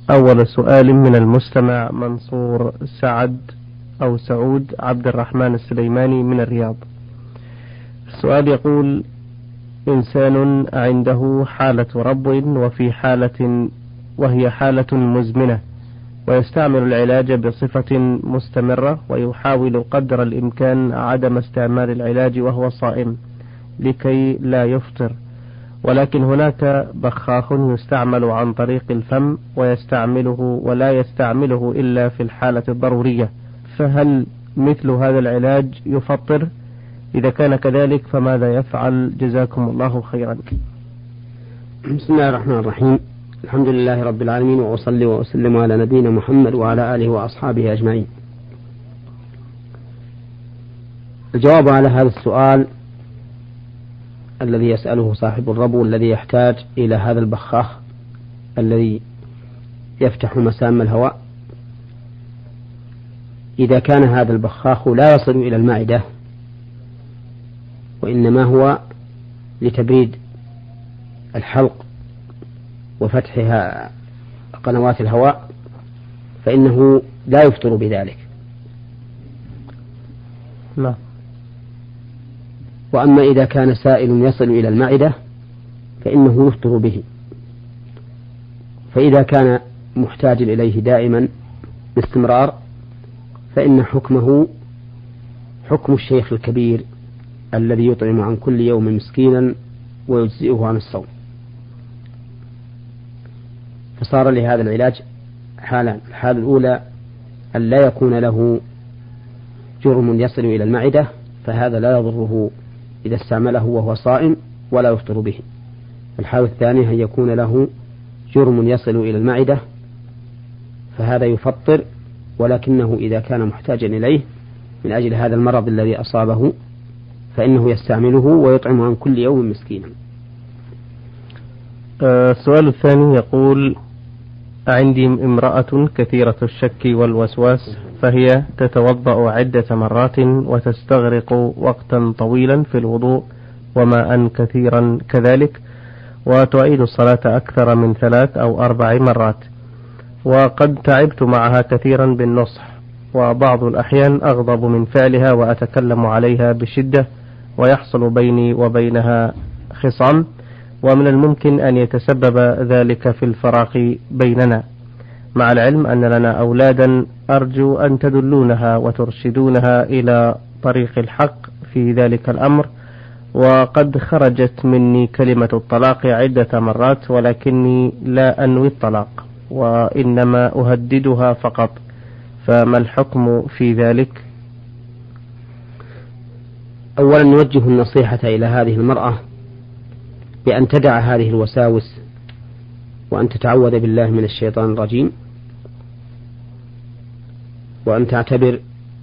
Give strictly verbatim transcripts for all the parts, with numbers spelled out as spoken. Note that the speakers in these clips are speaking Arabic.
أول سؤال من المستمع منصور سعد أو سعود عبد الرحمن السليماني من الرياض. السؤال يقول: إنسان عنده حالة ربو وفي حالة وهي حالة مزمنة، ويستعمل العلاج بصفة مستمرة، ويحاول قدر الإمكان عدم استعمال العلاج وهو صائم لكي لا يفطر، ولكن هناك بخاخ يستعمل عن طريق الفم ويستعمله ولا يستعمله إلا في الحالة الضرورية، فهل مثل هذا العلاج يفطر؟ إذا كان كذلك فماذا يفعل؟ جزاكم الله خيرا. بسم الله الرحمن الرحيم. الحمد لله رب العالمين، وأصلي وأسلم على نبينا محمد وعلى آله وأصحابه أجمعين. الجواب على هذا السؤال الذي يسأله صاحب الربو الذي يحتاج إلى هذا البخاخ الذي يفتح مسام الهواء: إذا كان هذا البخاخ لا يصل إلى المعدة وإنما هو لتبريد الحلق وفتحها قنوات الهواء فإنه لا يفطر بذلك. لا. وأما إذا كان سائل يصل إلى المعدة فإنه يفطر به. فإذا كان محتاجا إليه دائما باستمرار فإن حكمه حكم الشيخ الكبير الذي يطعم عن كل يوم مسكينا ويجزئه عن الصوم. فصار لهذا العلاج حالان: الحالة الأولى أن لا يكون له جرم يصل إلى المعدة، فهذا لا يضره إذا استعمله وهو صائم ولا يفطر به. الحالة الثانية أن يكون له جرم يصل إلى المعدة، فهذا يفطر، ولكنه إذا كان محتاجا إليه من أجل هذا المرض الذي أصابه فإنه يستعمله ويطعم عن كل يوم مسكينا. السؤال الثاني يقول: عندي امرأة كثيرة الشك والوسواس، فهي تتوضأ عدة مرات وتستغرق وقتا طويلا في الوضوء وماء كثيرا كذلك، وتعيد الصلاة أكثر من ثلاث أو أربع مرات، وقد تعبت معها كثيرا بالنصح، وبعض الأحيان أغضب من فعلها وأتكلم عليها بشدة ويحصل بيني وبينها خصام، ومن الممكن أن يتسبب ذلك في الفراق بيننا، مع العلم أن لنا أولادا، أرجو أن تدلونها وترشدونها إلى طريق الحق في ذلك الأمر. وقد خرجت مني كلمة الطلاق عدة مرات، ولكني لا أنوي الطلاق وإنما أهددها فقط، فما الحكم في ذلك؟ أولا نوجه النصيحة إلى هذه المرأة بأن تدع هذه الوساوس وأن تتعوذ بالله من الشيطان الرجيم، وأن تعتبر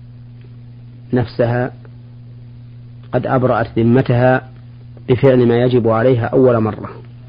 نفسها قد أبرأت ذمتها بفعل ما يجب عليها أول مرة،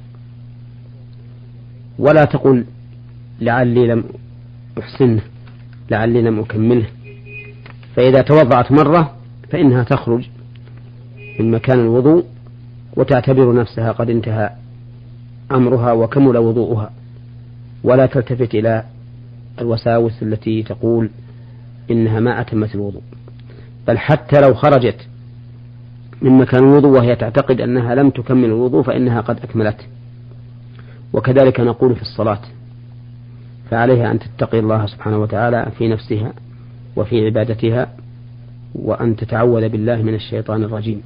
ولا تقل لعلي لم أحسنه لعلي لم أكمله. فإذا توضعت مرة فإنها تخرج من مكان الوضوء وتعتبر نفسها قد انتهى أمرها وكمل وضوءها، ولا تلتفت إلى الوساوس التي تقول إنها ما أتمت الوضوء. بل حتى لو خرجت من مكان الوضوء وهي تعتقد أنها لم تكمل الوضوء فإنها قد أكملته. وكذلك نقول في الصلاة، فعليها أن تتقي الله سبحانه وتعالى في نفسها وفي عبادتها، وأن تتعوذ بالله من الشيطان الرجيم.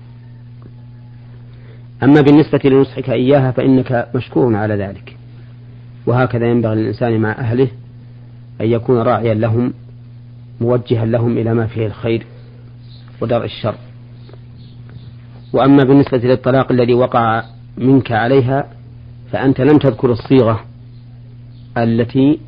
أما بالنسبة لنصحك إياها فإنك مشكور على ذلك، وهكذا ينبغي للإنسان مع أهله أن يكون راعيا لهم موجها لهم إلى ما فيه الخير ودرء الشر. وأما بالنسبة للطلاق الذي وقع منك عليها فأنت لم تذكر الصيغة التي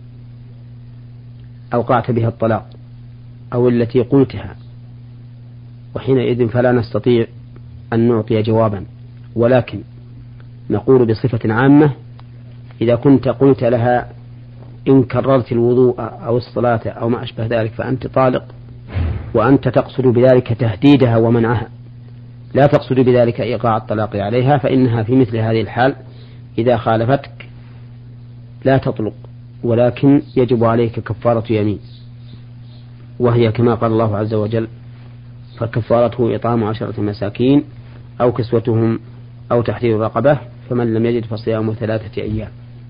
أوقعت بها الطلاق أو التي قلتها، وحينئذ فلا نستطيع أن نعطي جوابا، ولكن نقول بصفة عامة: إذا كنت قلت لها إن كررت الوضوء أو الصلاة أو ما أشبه ذلك فأنت طالق، وأنت تقصد بذلك تهديدها ومنعها، لا تقصد بذلك إيقاع الطلاق عليها، فإنها في مثل هذه الحال إذا خالفتك لا تطلق ولكن يجب عليك كفارة يمين، وهي كما قال الله عز وجل: فكفارته إطعام عشرة مساكين أو كسوتهم أو تحرير رقبة، فمن لم يجد فصيام ثلاثة أيام.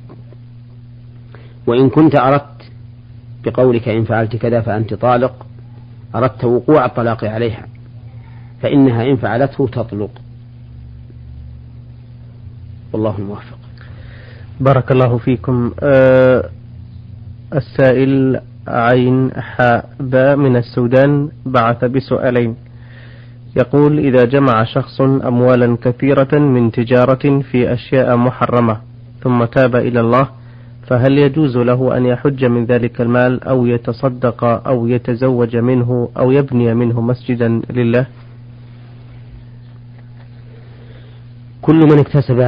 وإن كنت أردت بقولك إن فعلت كذا فأنت طالق، أردت وقوع الطلاق عليها، فإنها إن فعلته تطلق. والله الموفق. بارك الله فيكم. أه السائل عين حاء باء من السودان بعث بسؤالين. يقول: إذا جمع شخص أموالا كثيرة من تجارة في أشياء محرمة ثم تاب إلى الله، فهل يجوز له أن يحج من ذلك المال أو يتصدق أو يتزوج منه أو يبني منه مسجدا لله؟ كل من اكتسب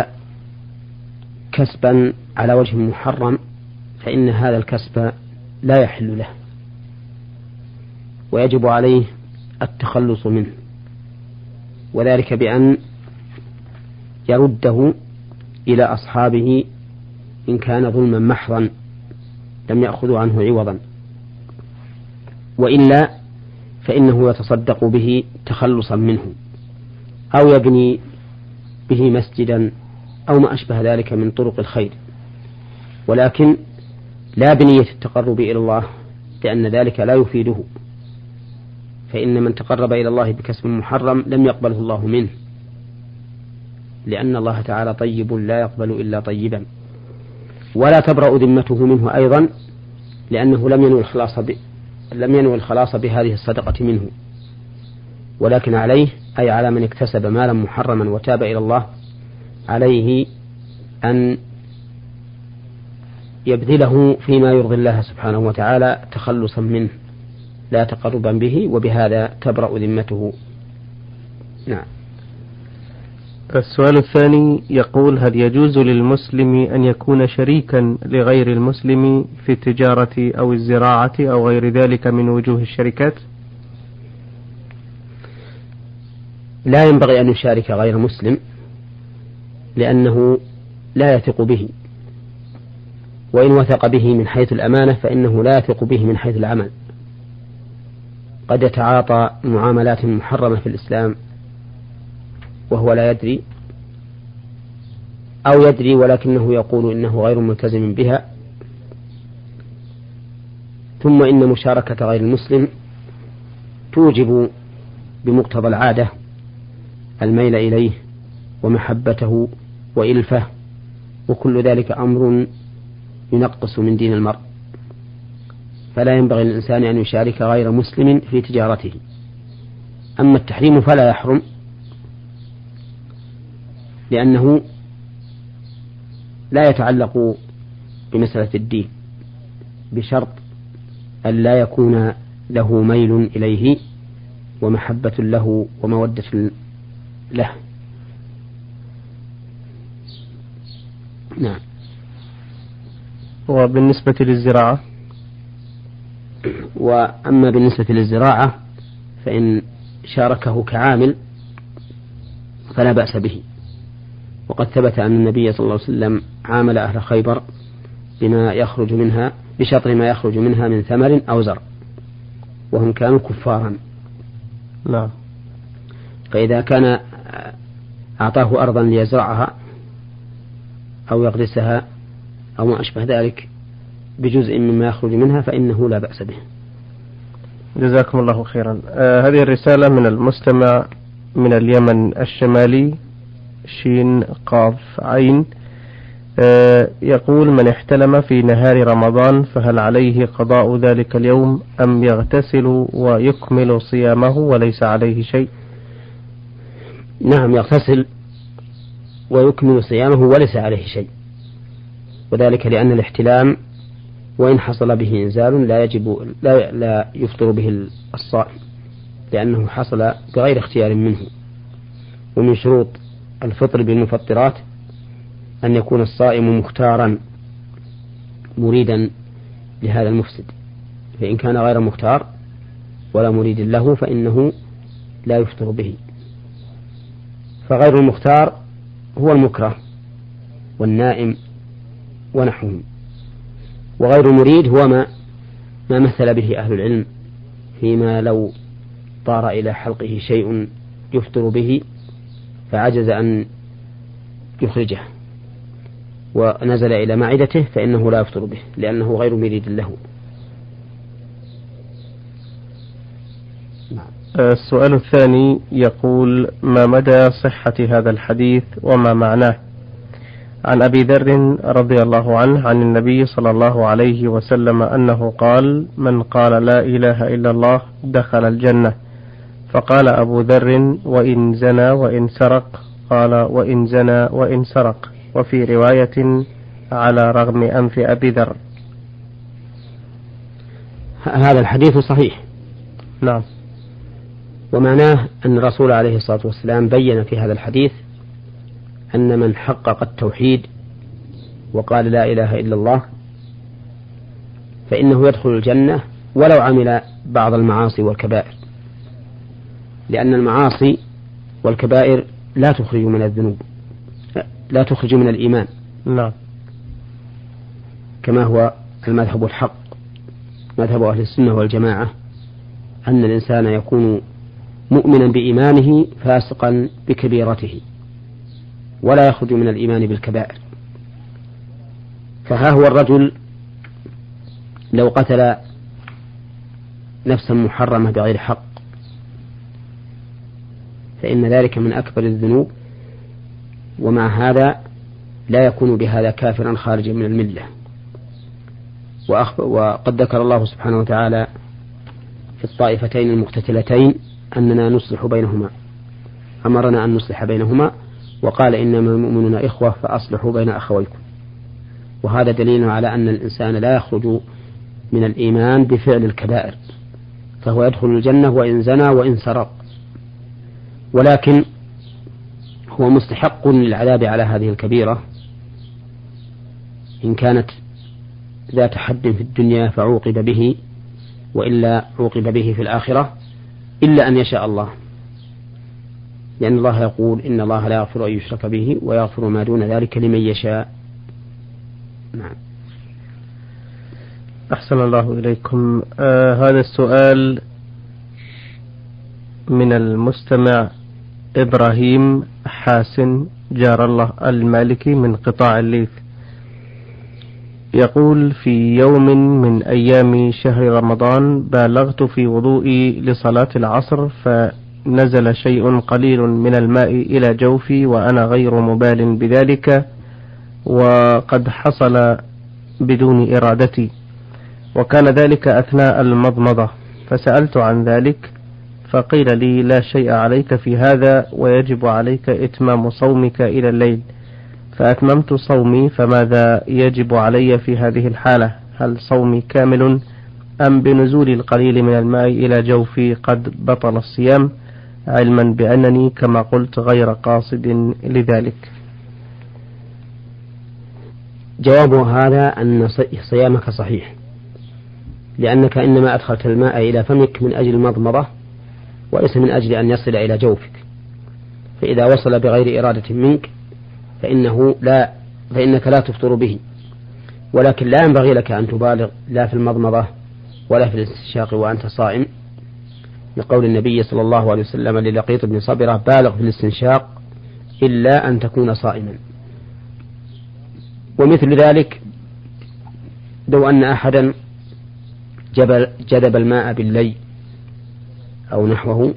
كسبا على وجه محرم فإن هذا الكسب لا يحل له، ويجب عليه التخلص منه، وذلك بأن يرده إلى أصحابه إن كان ظلما محضا لم يأخذوا عنه عوضا، وإلا فإنه يتصدق به تخلصا منه، أو يبني به مسجدا أو ما أشبه ذلك من طرق الخير، ولكن لا بنية التقرب إلى الله، لأن ذلك لا يفيده، فإن من تقرب إلى الله بكسب محرم لم يقبله الله منه، لأن الله تعالى طيب لا يقبل إلا طيبا، ولا تبرأ ذمته منه أيضا، لأنه لم ينوي الخلاص ب... لم ينوي الخلاص بهذه الصدقة منه، ولكن عليه، أي على من اكتسب مالا محرما وتاب إلى الله، عليه أن يبذله فيما يرضي الله سبحانه وتعالى تخلصا منه لا تقربا به، وبهذا تبرأ ذمته. نعم. السؤال الثاني يقول: هل يجوز للمسلم أن يكون شريكا لغير المسلم في التجارة أو الزراعة أو غير ذلك من وجوه الشركات؟ لا ينبغي أن يشارك غير مسلم، لأنه لا يثق به، وإن وثق به من حيث الأمانة فإنه لا يثق به من حيث العمل. قد يتعاطى معاملات محرمة في الإسلام وهو لا يدري، أو يدري ولكنه يقول إنه غير ملتزم بها. ثم إن مشاركة غير المسلم توجب بمقتضى العادة الميل إليه ومحبته وإلفه، وكل ذلك أمر ينقص من دين المرء، فلا ينبغي للإنسان أن يشارك غير مسلم في تجارته. أما التحريم فلا يحرم، لأنه لا يتعلق بمسألة الدين، بشرط أن لا يكون له ميل إليه ومحبة له ومودة له. نعم. وبالنسبة للزراعة؟ وأما بالنسبة للزراعة فإن شاركه كعامل فلا بأس به، وقد ثبت أن النبي صلى الله عليه وسلم عامل أهل خيبر بما يخرج منها بشطر ما يخرج منها من ثمر أو زرع، وهم كانوا كفارا. لا. فإذا كان أعطاه أرضا ليزرعها أو يغرسها أو ما أشبه ذلك بجزء مما يخرج منها فإنه لا بأس به. جزاكم الله خيرا. آه هذه الرسالة من المستمع من اليمن الشمالي شين قاف عين، آه يقول: من احتلم في نهار رمضان فهل عليه قضاء ذلك اليوم أم يغتسل ويكمل صيامه وليس عليه شيء؟ نعم، يغتسل ويكمل صيامه وليس عليه شيء، وذلك لأن الاحتلام وإن حصل به إنزال لا يجب لا, لا يفطر به الصائم، لأنه حصل بغير اختيار منه. ومن شروط الفطر بالمفطرات أن يكون الصائم مختارا مريدا لهذا المفسد، فإن كان غير مختار ولا مريد له فإنه لا يفطر به. فغير المختار هو المكره والنائم ونحوهم. وغير مريد هو ما ما مثل به أهل العلم فيما لو طار إلى حلقه شيء يفطر به فعجز أن يخرجه ونزل إلى معدته فإنه لا يفطر به لأنه غير مريد له. السؤال الثاني يقول: ما مدى صحة هذا الحديث وما معناه؟ عن أبي ذر رضي الله عنه عن النبي صلى الله عليه وسلم أنه قال: من قال لا إله إلا الله دخل الجنة. فقال أبو ذر: وإن زنى وإن سرق؟ قال: وإن زنى وإن سرق. وفي رواية: على رغم أنف أبي ذر. هذا الحديث صحيح. نعم. ومعناه أن الرسول عليه الصلاة والسلام بين في هذا الحديث أن من حقق التوحيد وقال لا إله إلا الله فإنه يدخل الجنة ولو عمل بعض المعاصي والكبائر، لأن المعاصي والكبائر لا تخرج من الذنوب، لا تخرج من الإيمان. نعم. كما هو المذهب الحق، مذهب أهل السنة والجماعة، أن الإنسان يكون مؤمنا بإيمانه فاسقا بكبيرته ولا يخرج من الإيمان بالكبائر. فها هو الرجل لو قتل نفسا محرمة بغير حق فإن ذلك من أكبر الذنوب، ومع هذا لا يكون بهذا كافرا خارجا من الملة. وقد ذكر الله سبحانه وتعالى في الطائفتين المقتتلتين أننا نصلح بينهما، أمرنا أن نصلح بينهما، وقال إنما المؤمنون إخوة فأصلحوا بين أخويكم. وهذا دليل على أن الإنسان لا يخرج من الإيمان بفعل الكبائر، فهو يدخل الجنة وإن زنى وإن سرق، ولكن هو مستحق للعذاب على هذه الكبيرة إن كانت ذات حد في الدنيا فعوقب به، وإلا عوقب به في الآخرة إلا أن يشاء الله، لأن الله يقول إن الله لا يغفر أن يشرك به ويغفر ما دون ذلك لمن يشاء. نعم. أحسن الله إليكم. آه هذا السؤال من المستمع إبراهيم حاسن جار الله المالكي من قطاع الليث، يقول: في يوم من أيام شهر رمضان بالغت في وضوئي لصلاة العصر، فنزل شيء قليل من الماء إلى جوفي وأنا غير مبال بذلك، وقد حصل بدون إرادتي، وكان ذلك أثناء المضمضة، فسألت عن ذلك فقيل لي: لا شيء عليك في هذا، ويجب عليك إتمام صومك إلى الليل. فأتممت صومي، فماذا يجب علي في هذه الحالة؟ هل صومي كامل أم بنزول القليل من الماء إلى جوفي قد بطل الصيام، علما بأنني كما قلت غير قاصد لذلك؟ جواب هذا أن صيامك صحيح، لأنك إنما أدخلت الماء إلى فمك من أجل المضمضة وليس من أجل أن يصل إلى جوفك، فإذا وصل بغير إرادة منك فإنه لا فإنك لا تفطر به، ولكن لا ينبغي لك أن تبالغ لا في المضمضة ولا في الاستنشاق وأنت صائم، لقول النبي صلى الله عليه وسلم للقيط بن صبرة: بالغ في الاستنشاق إلا أن تكون صائما. ومثل ذلك لو أن أحدا جذب الماء باللي أو نحوه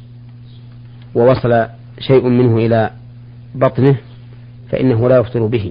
ووصل شيء منه إلى بطنه فإنه لا يفطر به،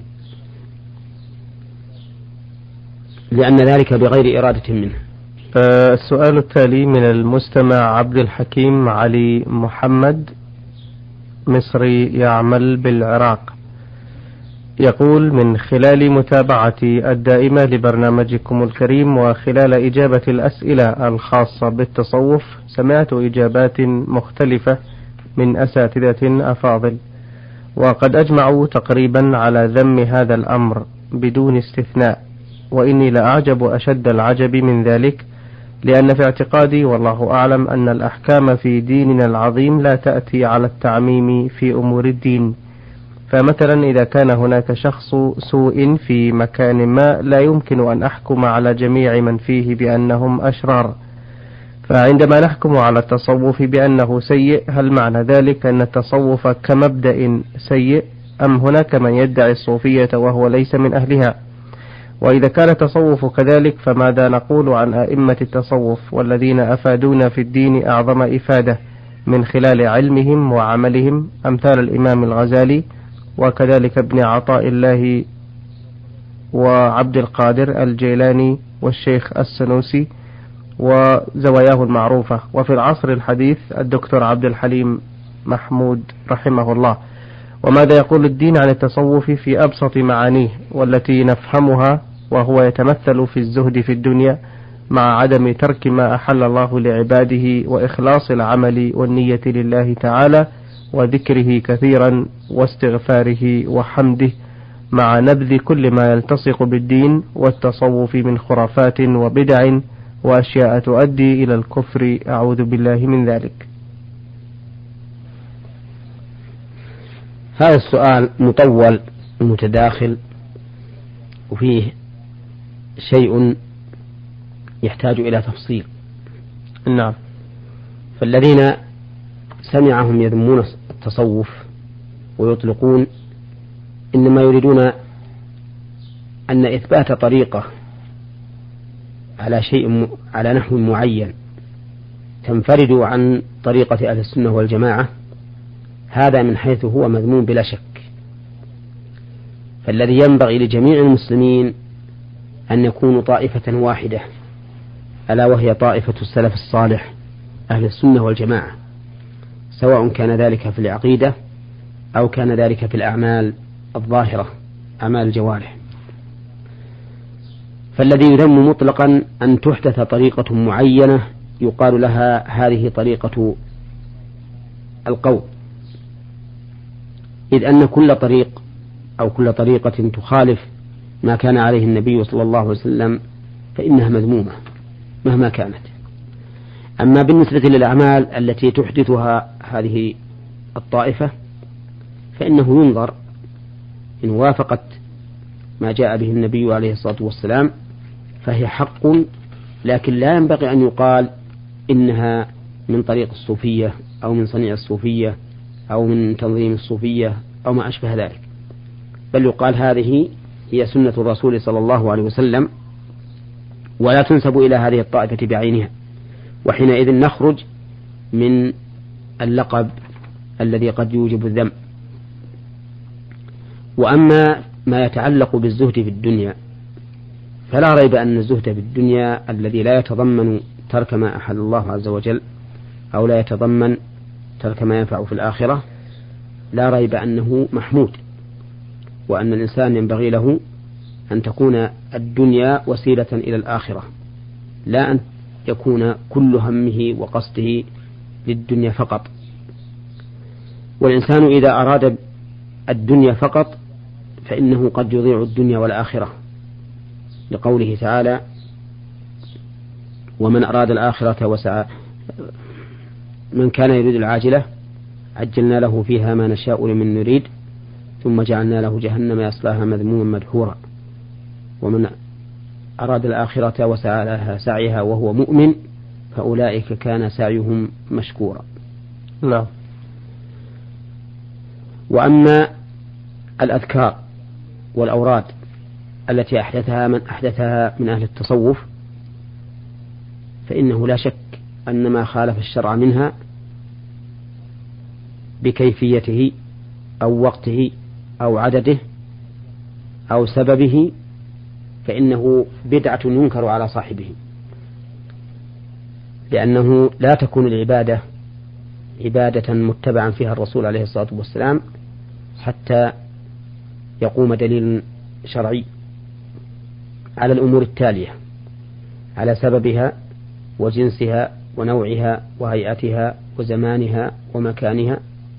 لأن ذلك بغير إرادة منه. السؤال التالي من المستمع عبد الحكيم علي محمد، مصري يعمل بالعراق، يقول: من خلال متابعتي الدائمة لبرنامجكم الكريم وخلال إجابة الأسئلة الخاصة بالتصوف سمعت إجابات مختلفة من أساتذة أفاضل، وقد أجمعوا تقريبا على ذم هذا الأمر بدون استثناء، وإني لأعجب أشد العجب من ذلك، لأن في اعتقادي والله أعلم أن الأحكام في ديننا العظيم لا تأتي على التعميم في أمور الدين، فمثلا إذا كان هناك شخص سوء في مكان ما لا يمكن أن أحكم على جميع من فيه بأنهم أشرار، فعندما نحكم على التصوف بأنه سيء هل معنى ذلك أن التصوف كمبدأ سيء، أم هناك من يدعي الصوفية وهو ليس من أهلها؟ وإذا كان التصوف كذلك فماذا نقول عن أئمة التصوف والذين أفادونا في الدين أعظم إفادة من خلال علمهم وعملهم، أمثال الإمام الغزالي وكذلك ابن عطاء الله وعبد القادر الجيلاني والشيخ السنوسي وزواياه المعروفة، وفي العصر الحديث الدكتور عبد الحليم محمود رحمه الله. وماذا يقول الدين عن التصوف في أبسط معانيه والتي نفهمها، وهو يتمثل في الزهد في الدنيا مع عدم ترك ما أحل الله لعباده وإخلاص العمل والنية لله تعالى وذكره كثيرا واستغفاره وحمده مع نبذ كل ما يلتصق بالدين والتصوف من خرافات وبدع وأشياء تؤدي إلى الكفر، أعوذ بالله من ذلك. هذا السؤال مطول ومتداخل وفيه شيء يحتاج إلى تفصيل. نعم. فالذين سمعهم يذمون التصوف ويطلقون إنما يريدون أن إثبات طريقة على شيء على نحو معين تنفرد عن طريقة أهل السنة والجماعة، هذا من حيث هو مذموم بلا شك. فالذي ينبغي لجميع المسلمين أن يكونوا طائفة واحدة، ألا وهي طائفة السلف الصالح أهل السنة والجماعة، سواء كان ذلك في العقيدة أو كان ذلك في الأعمال الظاهرة، أعمال الجوارح. فالذي يذم مطلقا أن تحدث طريقة معينة يقال لها هذه طريقة القوم، إذ أن كل طريق أو كل طريقة تخالف ما كان عليه النبي صلى الله عليه وسلم فإنها مذمومة مهما كانت. أما بالنسبة للأعمال التي تحدثها هذه الطائفة فإنه ينظر إن وافقت ما جاء به النبي عليه الصلاة والسلام فهي حق، لكن لا ينبغي أن يقال إنها من طريق الصوفية أو من صنيع الصوفية أو من تنظيم الصوفية أو ما أشبه ذلك، بل يقال هذه هي سنة الرسول صلى الله عليه وسلم ولا تنسب إلى هذه الطائفة بعينها، وحينئذ نخرج من اللقب الذي قد يوجب الذم. وأما ما يتعلق بالزهد في الدنيا فلا ريب أن الزهد في الدنيا الذي لا يتضمن ترك ما أحل الله عز وجل أو لا يتضمن ترك ما ينفع في الآخرة لا ريب أنه محمود، وأن الإنسان ينبغي له أن تكون الدنيا وسيلة إلى الآخرة، لا أن يكون كل همه وقصده للدنيا فقط. والإنسان إذا أراد الدنيا فقط فإنه قد يضيع الدنيا والآخرة، لقوله تعالى: ومن أراد الآخرة وسعى من كان يريد العاجلة عجلنا له فيها ما نشاء لمن نريد ثم جعلنا له جهنم يصلاها مذموما مدحورا ومن أراد الآخرة وسعى لها سعيها وهو مؤمن فأولئك كان سعيهم مشكورا. لا. وأما الأذكار والأوراد التي أحدثها من أحدثها من أهل التصوف فإنه لا شك أن ما خالف الشرع منها بكيفيته أو وقته أو عدده أو سببه فإنه بدعة ينكر على صاحبه، لأنه لا تكون العبادة عبادة متبعا فيها الرسول عليه الصلاة والسلام حتى يقوم دليل شرعي على الأمور التالية: على سببها وجنسها ونوعها وهيئتها وزمانها ومكانها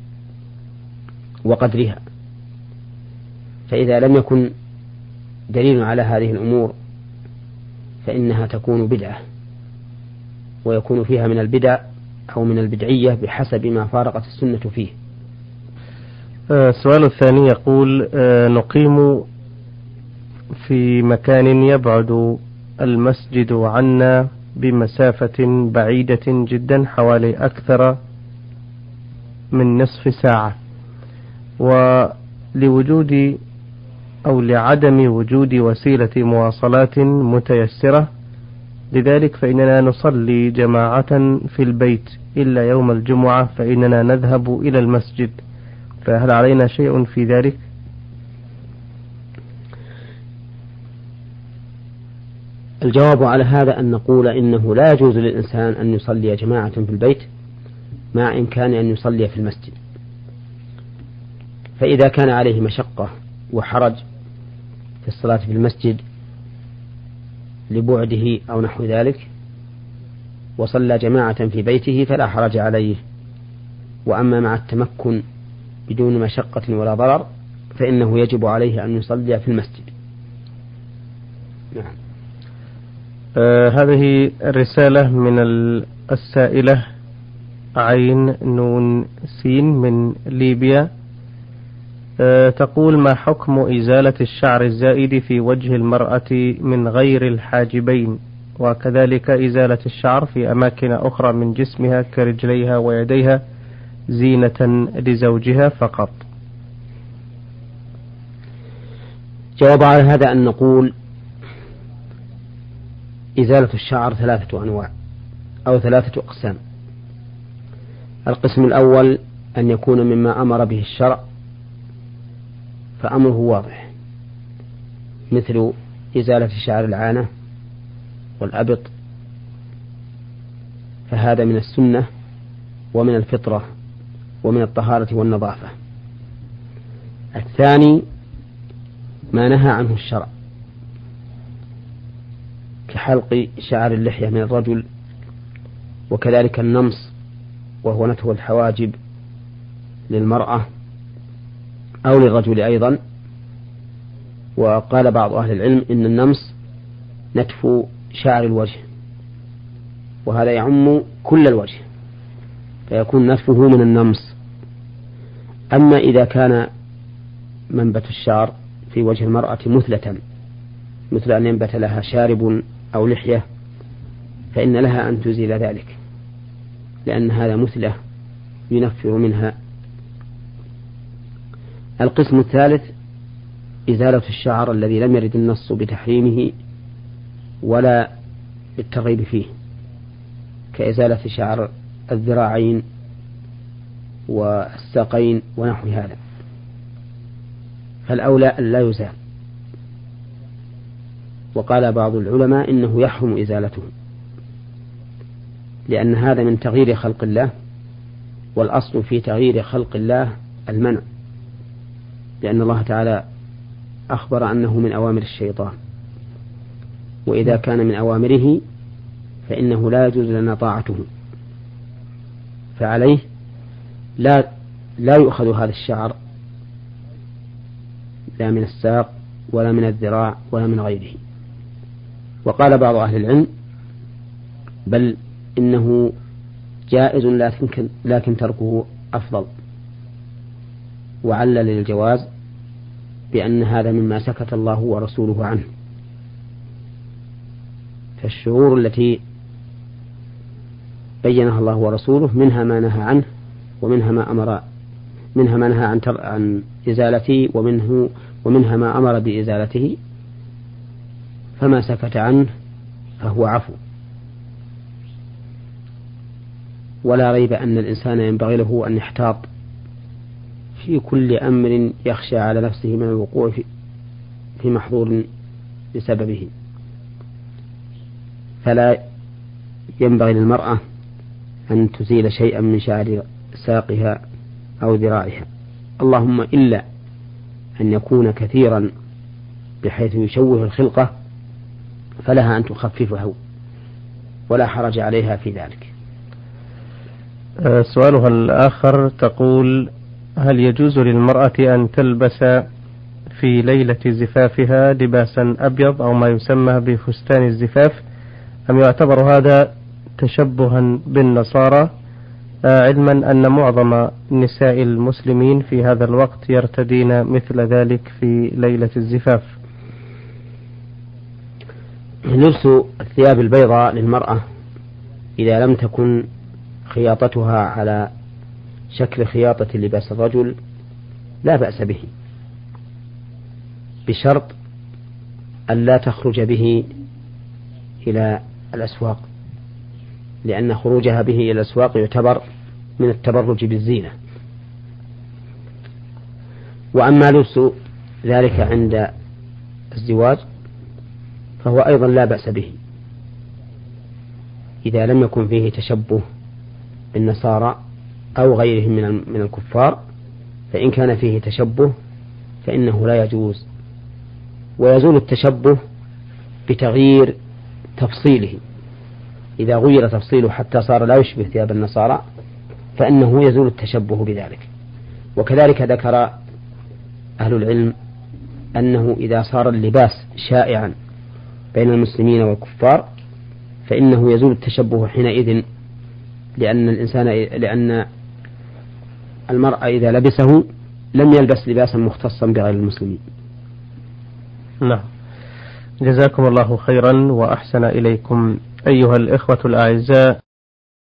وقدرها. فإذا لم يكن دليل على هذه الأمور فإنها تكون بدعة، ويكون فيها من البدع أو من البدعية بحسب ما فارقت السنة فيه. السؤال الثاني يقول نقيم في مكان يبعد المسجد عنا بمسافة بعيدة جدا حوالي أكثر من نصف ساعة، ولوجود أو لعدم وجود وسيلة مواصلات متيسرة، لذلك فإننا نصلي جماعة في البيت إلا يوم الجمعة فإننا نذهب إلى المسجد، فهل علينا شيء في ذلك؟ الجواب على هذا أن نقول إنه لا يجوز للإنسان أن يصلي جماعة في البيت مع إمكان أن يصلي في المسجد، فإذا كان عليه مشقة وحرج في الصلاة في المسجد لبعده أو نحو ذلك وصلى جماعة في بيته فلا حرج عليه، وأما مع التمكن بدون مشقة ولا ضرر فإنه يجب عليه أن يصلي في المسجد. نعم. آه هذه الرسالة من السائلة عين نون سين من ليبيا، آه تقول: ما حكم إزالة الشعر الزائد في وجه المرأة من غير الحاجبين، وكذلك إزالة الشعر في أماكن أخرى من جسمها كرجليها ويديها زينة لزوجها فقط؟ جواب على هذا أن نقول إزالة الشعر ثلاثة أنواع أو ثلاثة أقسام. القسم الأول أن يكون مما أمر به الشرع فأمره واضح، مثل إزالة شعر العانة والأبط، فهذا من السنة ومن الفطرة ومن الطهارة والنظافة. الثاني ما نهى عنه الشرع كحلق شعر اللحية من الرجل، وكذلك النمص وهو نتف الحواجب للمرأة أو للرجل أيضا. وقال بعض أهل العلم إن النمص نتف شعر الوجه، وهذا يعم كل الوجه فيكون نتفه من النمص. أما إذا كان منبت الشعر في وجه المرأة مثلة، مثل أن ينبت لها شارب أو لحية، فإن لها أن تزيل ذلك، لأن هذا مثلة ينفر منها. القسم الثالث إزالة الشعر الذي لم يرد النص بتحريمه ولا بالترغيب فيه، كإزالة شعر الذراعين والساقين ونحو هذا، فالأولى أن لا يزال. وقال بعض العلماء إنه يحرم إزالته، لأن هذا من تغيير خلق الله، والأصل في تغيير خلق الله المنع، لأن الله تعالى أخبر أنه من أوامر الشيطان، وإذا كان من أوامره فإنه لا يجوز لنا طاعته، فعليه لا لا يؤخذ هذا الشعر لا من الساق ولا من الذراع ولا من غيره. وقال بعض أهل العلم بل إنه جائز لكن, لكن تركه أفضل، وعلل للجواز بأن هذا مما سكت الله ورسوله عنه، فالشعور التي بينها الله ورسوله منها ما نهى عنه ومنها ما أمر، منها ما نهى عن, عن إزالته ومنه ومنها ما أمر بإزالته، فما سكت عنه فهو عفو. ولا ريب أن الإنسان ينبغي له أن يحتاط في كل أمر يخشى على نفسه من الوقوع في محظور بسببه، فلا ينبغي للمرأة أن تزيل شيئا من شعر ساقها أو ذراعها، اللهم إلا أن يكون كثيرا بحيث يشوه الخلقة، فلها أن تخففه ولا حرج عليها في ذلك. سؤالها الآخر تقول: هل يجوز للمرأة أن تلبس في ليلة زفافها لباسا أبيض أو ما يسمى بفستان الزفاف، أم يعتبر هذا تشبها بالنصارى علما أن معظم نساء المسلمين في هذا الوقت يرتدين مثل ذلك في ليلة الزفاف. لبس الثياب البيضاء للمرأة إذا لم تكن خياطتها على شكل خياطة لباس الرجل لا بأس به، بشرط أن لا تخرج به إلى الأسواق، لأن خروجها به إلى الأسواق يعتبر من التبرج بالزينة. وأما لبس ذلك عند الزواج فهو أيضا لا بأس به إذا لم يكن فيه تشبه بالنصارى أو غيرهم من الكفار، فإن كان فيه تشبه فإنه لا يجوز، ويزول التشبه بتغيير تفصيله. إذا غير تفصيله حتى صار لا يشبه ثياب النصارى فإنه يزول التشبه بذلك. وكذلك ذكر أهل العلم أنه إذا صار اللباس شائعا بين المسلمين والكفار فإنه يزول التشبه حينئذ، لأن الإنسان لأن المرأة إذا لبسه لم يلبس لباسا مختصا بغير المسلمين. نعم، جزاكم الله خيرا وأحسن إليكم أيها الإخوة الأعزاء.